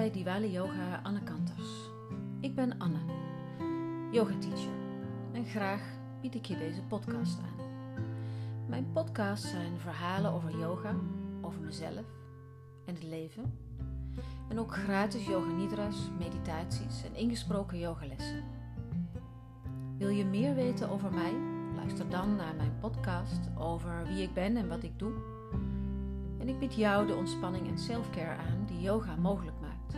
bij Diwali Yoga Anne Kanters. Ik ben Anne, yoga teacher, en graag bied ik je deze podcast aan. Mijn podcasts zijn verhalen over yoga, over mezelf en het leven. En ook gratis yoga nidras, meditaties en ingesproken yogalessen. Wil je meer weten over mij? Luister dan naar mijn podcast over wie ik ben en wat ik doe. En ik bied jou de ontspanning en selfcare aan die yoga mogelijk maakt.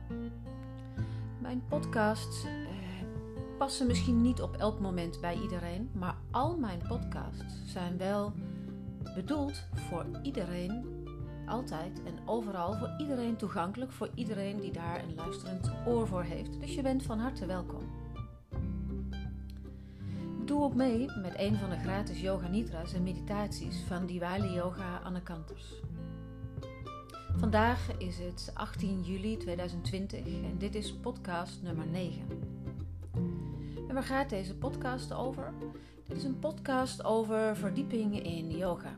Mijn podcasts passen misschien niet op elk moment bij iedereen, maar al mijn podcasts zijn wel bedoeld voor iedereen, altijd en overal, voor iedereen toegankelijk, voor iedereen die daar een luisterend oor voor heeft. Dus je bent van harte welkom. Doe ook mee met een van de gratis yoga nidras en meditaties van Diwali Yoga Anne Kanters. Vandaag is het 18 juli 2020 en dit is podcast nummer 9. En waar gaat deze podcast over? Dit is een podcast over verdieping in yoga.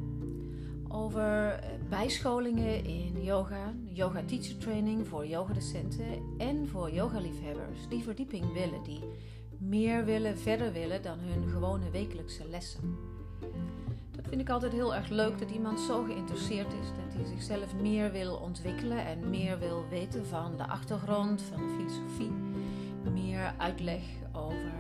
Over bijscholingen in yoga, yoga teacher training voor yogadocenten en voor yogaliefhebbers die verdieping willen, die meer willen, verder willen dan hun gewone wekelijkse lessen. Dat vind ik altijd heel erg leuk, dat iemand zo geïnteresseerd is, dat hij zichzelf meer wil ontwikkelen en meer wil weten van de achtergrond, van de filosofie. Meer uitleg over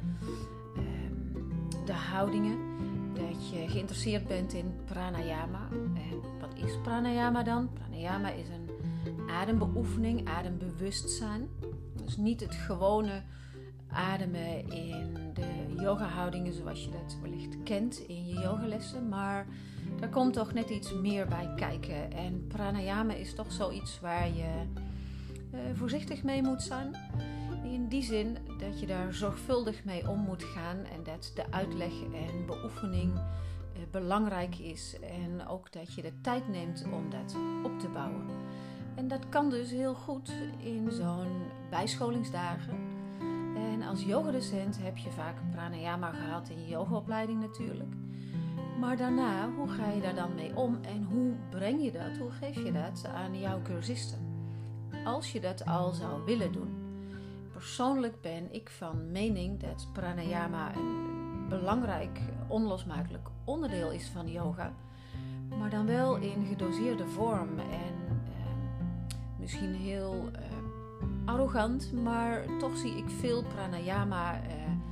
de houdingen, dat je geïnteresseerd bent in pranayama. En wat is pranayama dan? Pranayama is een adembeoefening, adembewustzijn. Dus niet het gewone ademen in de yogahoudingen zoals je dat wellicht kent in je yogalessen, maar daar komt toch net iets meer bij kijken. En pranayama is toch zoiets waar je voorzichtig mee moet zijn. In die zin dat je daar zorgvuldig mee om moet gaan en dat de uitleg en beoefening belangrijk is en ook dat je de tijd neemt om dat op te bouwen. En dat kan dus heel goed in zo'n bijscholingsdagen. En als yogadocent heb je vaak pranayama gehad in je yogaopleiding natuurlijk. Maar daarna, hoe ga je daar dan mee om en hoe breng je dat, hoe geef je dat aan jouw cursisten? Als je dat al zou willen doen. Persoonlijk ben ik van mening dat pranayama een belangrijk, onlosmakelijk onderdeel is van yoga. Maar dan wel in gedoseerde vorm en misschien heel arrogant, maar toch zie ik veel pranayama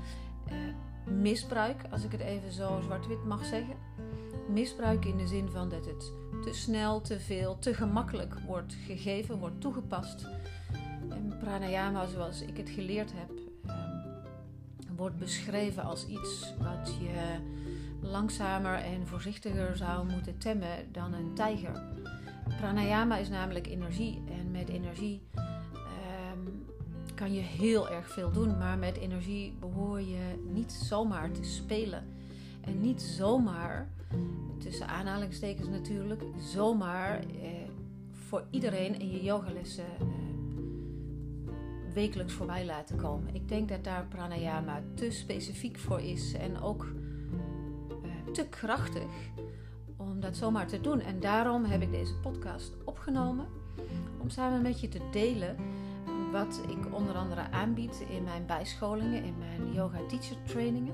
misbruik, als ik het even zo zwart-wit mag zeggen. Misbruik in de zin van dat het te snel, te veel, te gemakkelijk wordt gegeven, wordt toegepast. En pranayama, zoals ik het geleerd heb, wordt beschreven als iets wat je langzamer en voorzichtiger zou moeten temmen dan een tijger. Pranayama is namelijk energie en met energie kan je heel erg veel doen, maar met energie behoor je niet zomaar te spelen. En niet zomaar, tussen aanhalingstekens natuurlijk, zomaar voor iedereen in je yogalessen wekelijks voorbij laten komen. Ik denk dat daar pranayama te specifiek voor is en ook te krachtig om dat zomaar te doen. En daarom heb ik deze podcast opgenomen om samen met je te delen wat ik onder andere aanbied in mijn bijscholingen, in mijn yoga teacher trainingen.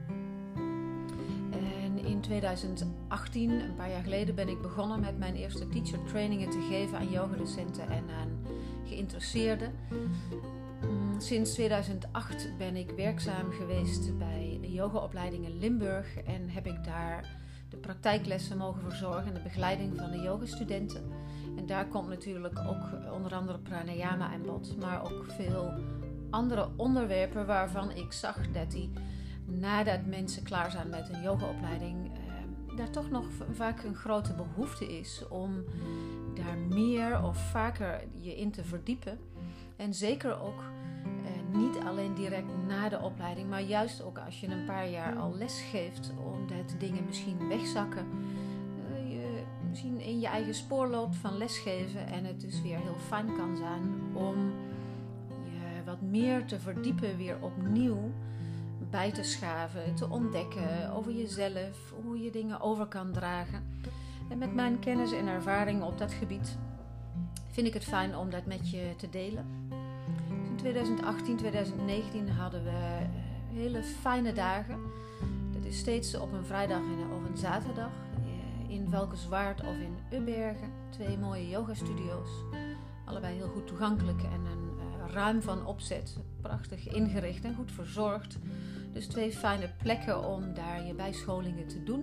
En in 2018, een paar jaar geleden, ben ik begonnen met mijn eerste teacher trainingen te geven aan yogadocenten en aan geïnteresseerden. Sinds 2008 ben ik werkzaam geweest bij de yogaopleiding in Limburg en heb ik daar de praktijklessen mogen verzorgen en de begeleiding van de yogastudenten. En daar komt natuurlijk ook onder andere pranayama aan bod, maar ook veel andere onderwerpen waarvan ik zag dat die, nadat mensen klaar zijn met een yogaopleiding, daar toch nog vaak een grote behoefte is om daar meer of vaker je in te verdiepen. En zeker ook niet alleen direct na de opleiding, maar juist ook als je een paar jaar al les geeft, omdat dingen misschien wegzakken. Je misschien in je eigen spoor loopt van lesgeven en het dus weer heel fijn kan zijn om je wat meer te verdiepen, weer opnieuw bij te schaven, te ontdekken over jezelf, hoe je dingen over kan dragen. En met mijn kennis en ervaring op dat gebied vind ik het fijn om dat met je te delen. Dus in 2018, 2019 hadden we hele fijne dagen. Dat is steeds op een vrijdag of een zaterdag. In Valkenswaard of in Ubbergen. 2 mooie yogastudio's. Allebei heel goed toegankelijk en ruim van opzet. Prachtig ingericht en goed verzorgd. Dus 2 fijne plekken om daar je bijscholingen te doen.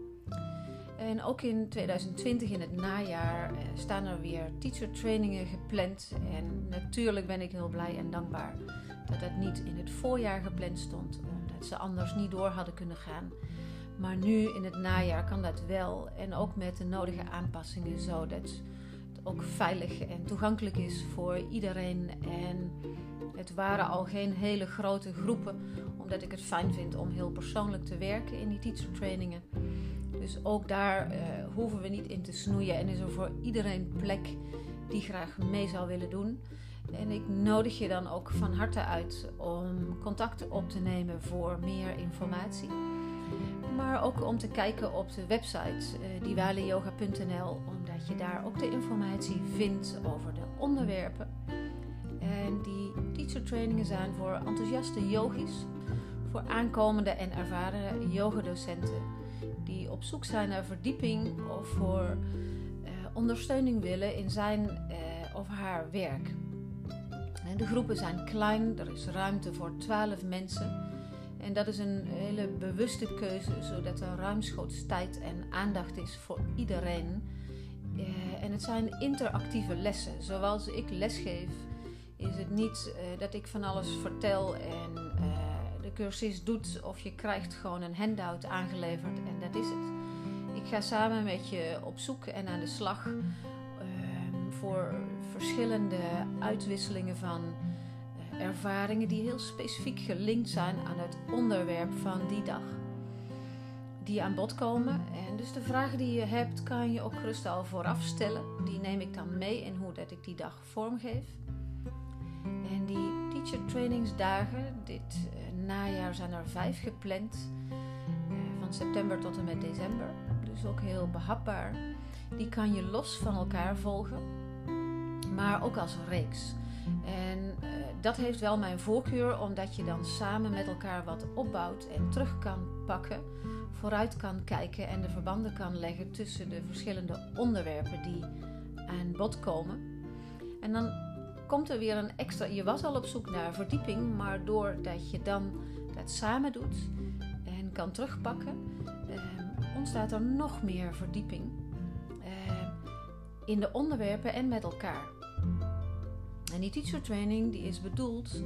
En ook in 2020 in het najaar staan er weer teacher trainingen gepland. En natuurlijk ben ik heel blij en dankbaar dat dat niet in het voorjaar gepland stond. Omdat ze anders niet door hadden kunnen gaan. Maar nu in het najaar kan dat wel. En ook met de nodige aanpassingen zodat het ook veilig en toegankelijk is voor iedereen. En het waren al geen hele grote groepen. Omdat ik het fijn vind om heel persoonlijk te werken in die teacher trainingen. Dus ook daar hoeven we niet in te snoeien. En is er voor iedereen plek die graag mee zou willen doen. En ik nodig je dan ook van harte uit om contact op te nemen voor meer informatie. Maar ook om te kijken op de website diwaliyoga.nl, omdat je daar ook de informatie vindt over de onderwerpen. En die teacher trainingen zijn voor enthousiaste yogis, voor aankomende en ervaren yogadocenten die op zoek zijn naar verdieping of voor ondersteuning willen in zijn of haar werk. En de groepen zijn klein, er is ruimte voor 12 mensen. En dat is een hele bewuste keuze, zodat er ruimschoots tijd en aandacht is voor iedereen. En het zijn interactieve lessen. Zoals ik lesgeef, is het niet dat ik van alles vertel en de cursist doet of je krijgt gewoon een handout aangeleverd en dat is het. Ik ga samen met je op zoek en aan de slag voor verschillende uitwisselingen van ervaringen die heel specifiek gelinkt zijn aan het onderwerp van die dag. Die aan bod komen. En dus de vragen die je hebt kan je ook gerust al vooraf stellen. Die neem ik dan mee in hoe dat ik die dag vormgeef. En die teacher trainingsdagen, dit najaar zijn er 5 gepland. Van september tot en met december. Dus ook heel behapbaar. Die kan je los van elkaar volgen. Maar ook als reeks. En dat heeft wel mijn voorkeur, omdat je dan samen met elkaar wat opbouwt en terug kan pakken, vooruit kan kijken en de verbanden kan leggen tussen de verschillende onderwerpen die aan bod komen. En dan komt er weer een extra, je was al op zoek naar verdieping, maar doordat je dan dat samen doet en kan terugpakken, ontstaat er nog meer verdieping in de onderwerpen en met elkaar. En die teacher training die is bedoeld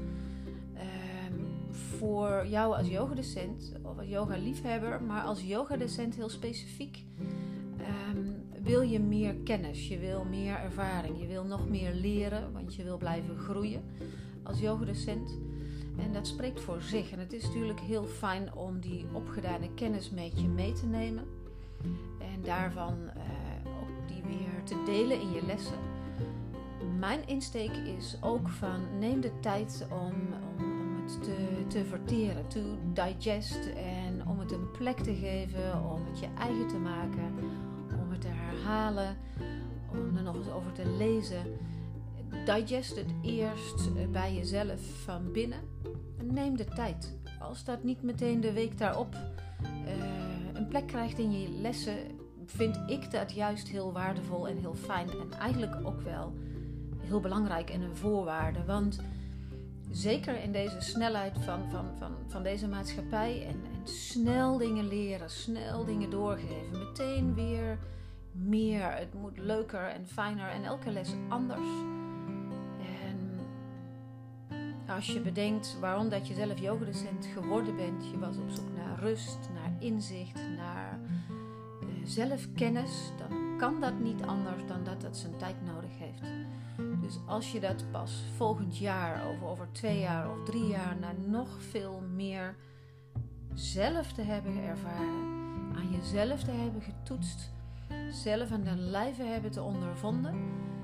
voor jou als yogadocent of als yoga-liefhebber, maar als yogadocent heel specifiek. Wil je meer kennis, je wil meer ervaring, je wil nog meer leren, want je wil blijven groeien als yogadocent. En dat spreekt voor zich. En het is natuurlijk heel fijn om die opgedane kennis met je mee te nemen. En daarvan ook die weer te delen in je lessen. Mijn insteek is ook van neem de tijd om het te verteren, to digest en om het een plek te geven, om het je eigen te maken, om het te herhalen, om er nog eens over te lezen. Digest het eerst bij jezelf van binnen en neem de tijd. Als dat niet meteen de week daarop een plek krijgt in je lessen, vind ik dat juist heel waardevol en heel fijn en eigenlijk ook wel heel belangrijk en een voorwaarde. Want zeker in deze snelheid van deze maatschappij en snel dingen leren, snel dingen doorgeven, meteen weer meer. Het moet leuker en fijner en elke les anders. En als je bedenkt waarom dat je zelf yogadocent geworden bent, je was op zoek naar rust, naar inzicht, naar zelfkennis, dan kan dat niet anders dan dat het zijn tijd nodig heeft. Dus als je dat pas volgend jaar of over 2 jaar of 3 jaar na nog veel meer zelf te hebben ervaren, aan jezelf te hebben getoetst, zelf aan de lijve hebben te ondervonden,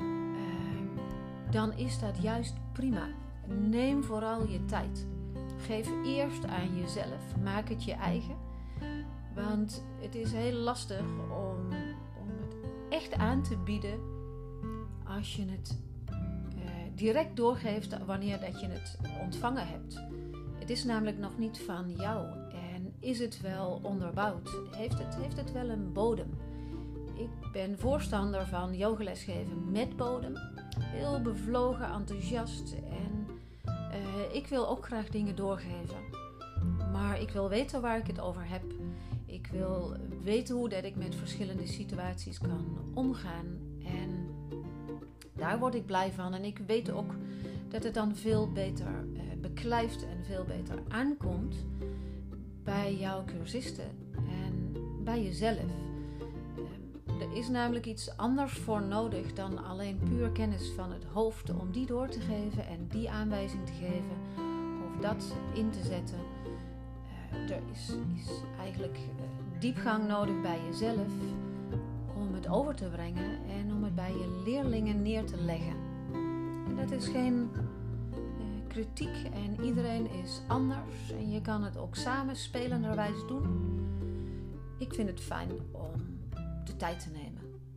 dan is dat juist prima. Neem vooral je tijd. Geef eerst aan jezelf. Maak het je eigen. Want het is heel lastig om het echt aan te bieden als je het direct doorgeeft wanneer dat je het ontvangen hebt. Het is namelijk nog niet van jou. En is het wel onderbouwd? Heeft het wel een bodem? Ik ben voorstander van yogales geven met bodem. Heel bevlogen, enthousiast. En ik wil ook graag dingen doorgeven. Maar ik wil weten waar ik het over heb. Ik wil weten hoe dat ik met verschillende situaties kan omgaan. En daar word ik blij van. En ik weet ook dat het dan veel beter beklijft en veel beter aankomt bij jouw cursisten en bij jezelf. Er is namelijk iets anders voor nodig dan alleen puur kennis van het hoofd om die door te geven en die aanwijzing te geven of dat in te zetten. Er is eigenlijk diepgang nodig bij jezelf om het over te brengen en om het bij je leerlingen neer te leggen. En dat is geen kritiek en iedereen is anders en je kan het ook samen spelenderwijs doen. Ik vind het fijn om de tijd te nemen.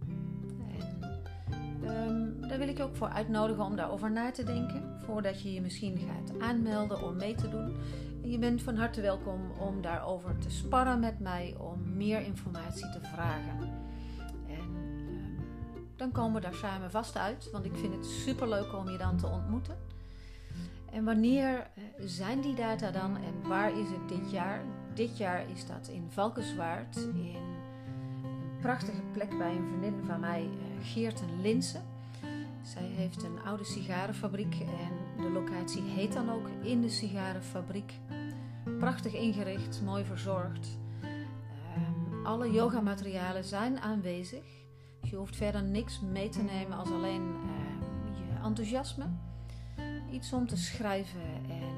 En daar wil ik je ook voor uitnodigen om daarover na te denken voordat je je misschien gaat aanmelden om mee te doen. En je bent van harte welkom om daarover te sparren met mij om meer informatie te vragen. En dan komen we daar samen vast uit, want ik vind het superleuk om je dan te ontmoeten. En wanneer zijn die data dan en waar is het dit jaar? Dit jaar is dat in Valkenswaard, in een prachtige plek bij een vriendin van mij, Geerten Linsen. Zij heeft een oude sigarenfabriek en de locatie heet dan ook In de Sigarenfabriek. Prachtig ingericht, mooi verzorgd. Alle yogamaterialen zijn aanwezig. Dus je hoeft verder niks mee te nemen als alleen je enthousiasme. Iets om te schrijven en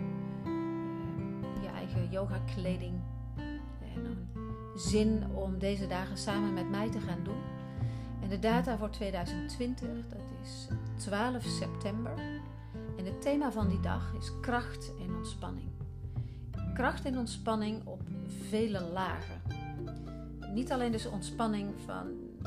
je eigen yoga kleding. En een zin om deze dagen samen met mij te gaan doen. En de data voor 2020, dat is 12 september. En het thema van die dag is kracht en ontspanning. Kracht en ontspanning op vele lagen. Niet alleen dus ontspanning van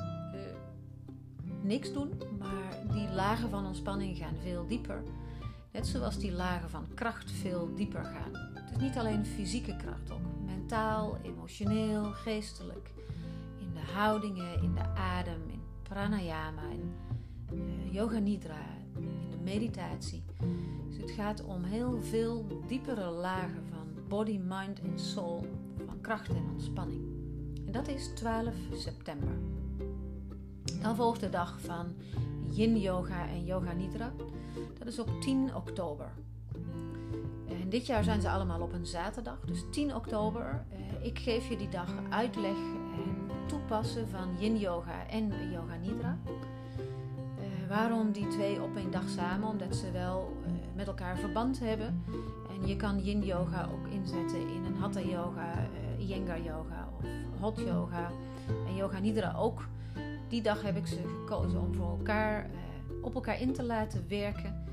niks doen, maar die lagen van ontspanning gaan veel dieper. Net zoals die lagen van kracht veel dieper gaan. Het is niet alleen fysieke kracht, ook mentaal, emotioneel, geestelijk. In de houdingen, in de adem, in pranayama, in yoga nidra, in de meditatie. Dus het gaat om heel veel diepere lagen van body, mind en soul, van kracht en ontspanning. En dat is 12 september. Dan volgt de dag van yin yoga en yoga nidra. Dat is op 10 oktober. En dit jaar zijn ze allemaal op een zaterdag, dus 10 oktober. Ik geef je die dag uitleg en toepassen van yin yoga en yoga nidra. Waarom die twee op één dag samen? Omdat ze wel met elkaar verband hebben. En je kan yin yoga ook inzetten in een hatha yoga, iyengar yoga of hot yoga. En yoga nidra ook. Die dag heb ik ze gekozen om op elkaar in te laten werken.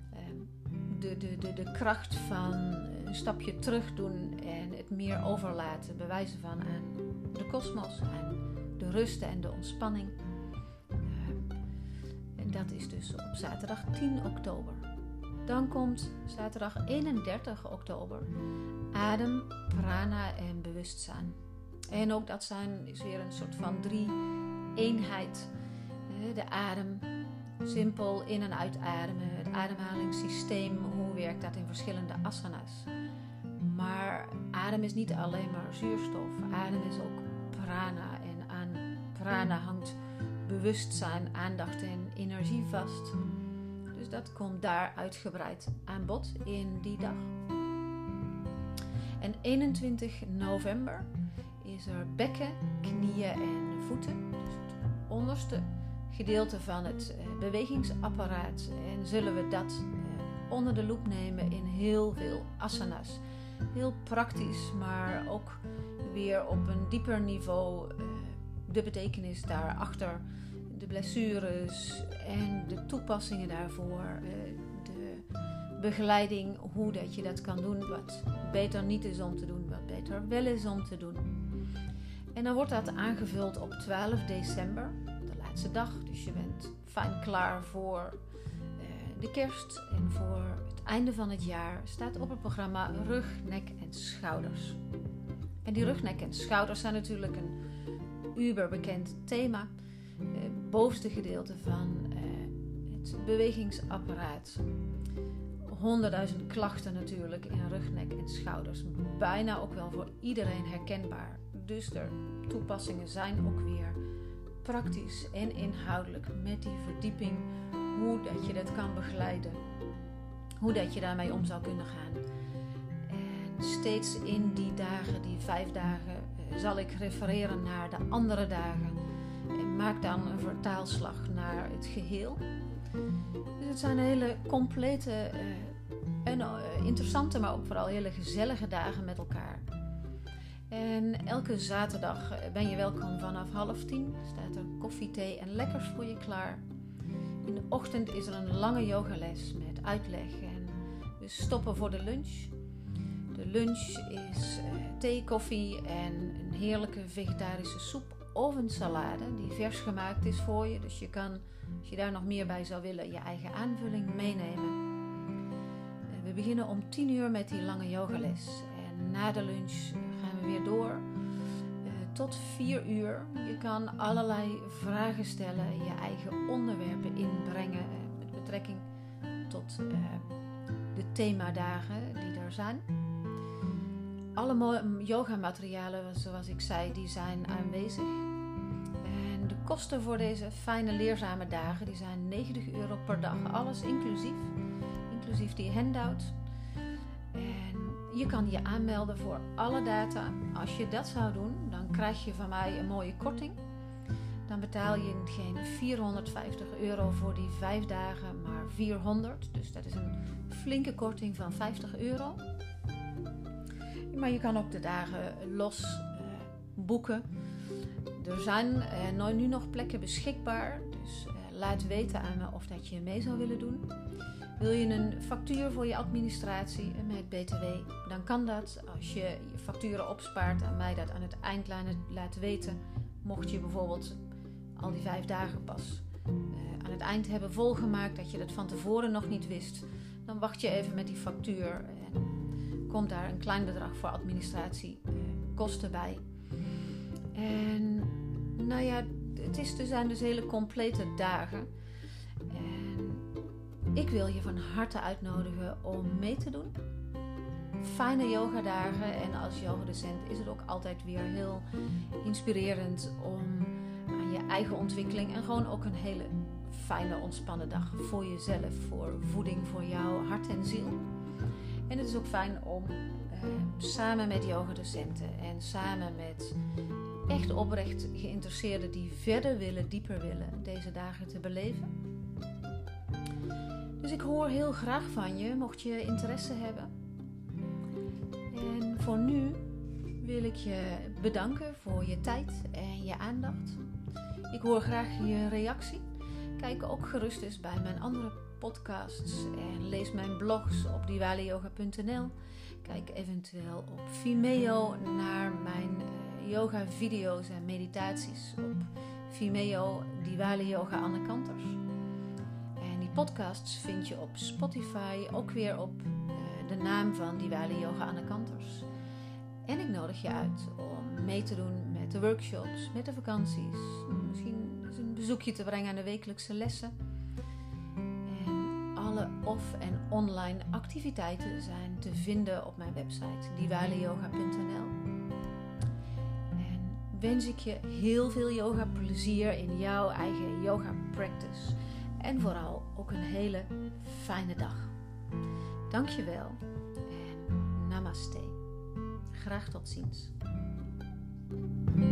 De kracht van een stapje terug doen en het meer overlaten, bewijzen van aan de kosmos, aan de rust en de ontspanning. En dat is dus op zaterdag 10 oktober. Dan komt zaterdag 31 oktober adem, prana en bewustzijn. En ook dat is weer een soort van 3-eenheid. De adem, simpel in- en uitademen, het ademhalingssysteem, hoe werkt dat in verschillende asana's. Maar adem is niet alleen maar zuurstof, adem is ook prana en aan prana hangt bewustzijn, aandacht en energie vast. Dus dat komt daar uitgebreid aan bod in die dag. En 21 november is er bekken, knieën en voeten. Dus het onderste gedeelte van het bewegingsapparaat. En zullen we dat onder de loep nemen in heel veel asana's. Heel praktisch, maar ook weer op een dieper niveau de betekenis daarachter. De blessures en de toepassingen daarvoor. De begeleiding, hoe dat je dat kan doen. Wat beter niet is om te doen, wat beter wel is om te doen. En dan wordt dat aangevuld op 12 december, de laatste dag. Dus je bent fijn klaar voor de kerst. En voor het einde van het jaar staat op het programma rug, nek en schouders. En die rug, nek en schouders zijn natuurlijk een uberbekend thema. Het bovenste gedeelte van het bewegingsapparaat. 100.000 klachten natuurlijk in rug, nek en schouders. Bijna ook wel voor iedereen herkenbaar. Dus de toepassingen zijn ook weer praktisch en inhoudelijk met die verdieping. Hoe dat je dat kan begeleiden. Hoe dat je daarmee om zou kunnen gaan. En steeds in die dagen, die 5 dagen, zal ik refereren naar de andere dagen. En maak dan een vertaalslag naar het geheel. Dus het zijn hele complete en interessante, maar ook vooral hele gezellige dagen met elkaar. En elke zaterdag ben je welkom vanaf 9:30. Staat er koffie, thee en lekkers voor je klaar. In de ochtend is er een lange yogales met uitleg en dus stoppen voor de lunch. De lunch is thee, koffie en een heerlijke vegetarische soep of een salade die vers gemaakt is voor je. Dus je kan, als je daar nog meer bij zou willen, je eigen aanvulling meenemen. We beginnen om 10:00 met die lange yogales. En na de lunch gaan we weer door tot 4:00. Je kan allerlei vragen stellen, je eigen onderwerpen inbrengen met betrekking tot de themadagen die er zijn. Alle yogamaterialen, zoals ik zei, die zijn aanwezig. En de kosten voor deze fijne leerzame dagen, die zijn €90 per dag. Alles inclusief. Inclusief die handout. En je kan je aanmelden voor alle data. Als je dat zou doen, dan krijg je van mij een mooie korting. Dan betaal je geen €450 voor die 5 dagen, maar 400. Dus dat is een flinke korting van €50. Maar je kan ook de dagen los boeken. Er zijn nu nog plekken beschikbaar. Dus laat weten aan me of dat je mee zou willen doen. Wil je een factuur voor je administratie met BTW? Dan kan dat. Als je je facturen opspaart en mij dat aan het eind laat weten. Mocht je bijvoorbeeld al die 5 dagen pas aan het eind hebben volgemaakt. Dat je dat van tevoren nog niet wist. Dan wacht je even met die factuur. En komt daar een klein bedrag voor administratiekosten bij. En nou ja, er zijn dus hele complete dagen. En ik wil je van harte uitnodigen om mee te doen. Fijne yogadagen en als yogadocent is het ook altijd weer heel inspirerend om aan je eigen ontwikkeling en gewoon ook een hele fijne ontspannen dag voor jezelf, voor voeding, voor jouw hart en ziel. En het is ook fijn om samen met yogadocenten en samen met echt oprecht geïnteresseerden die verder willen, dieper willen, deze dagen te beleven. Dus ik hoor heel graag van je, mocht je interesse hebben. En voor nu wil ik je bedanken voor je tijd en je aandacht. Ik hoor graag je reactie. Kijk ook gerust eens bij mijn andere podcasts en lees mijn blogs op diwaliyoga.nl. Kijk eventueel op Vimeo naar mijn yoga video's en meditaties op Vimeo Diwali Yoga Anne Kanters. En die podcasts vind je op Spotify ook weer op de naam van Diwali Yoga Anne Kanters. En ik nodig je uit om mee te doen met de workshops, met de vakanties. Misschien eens een bezoekje te brengen aan de wekelijkse lessen. En alle off- en online activiteiten zijn te vinden op mijn website diwaliyoga.nl. En wens ik je heel veel yoga plezier in jouw eigen yoga practice. En vooral ook een hele fijne dag. Dankjewel en namaste. Graag tot ziens.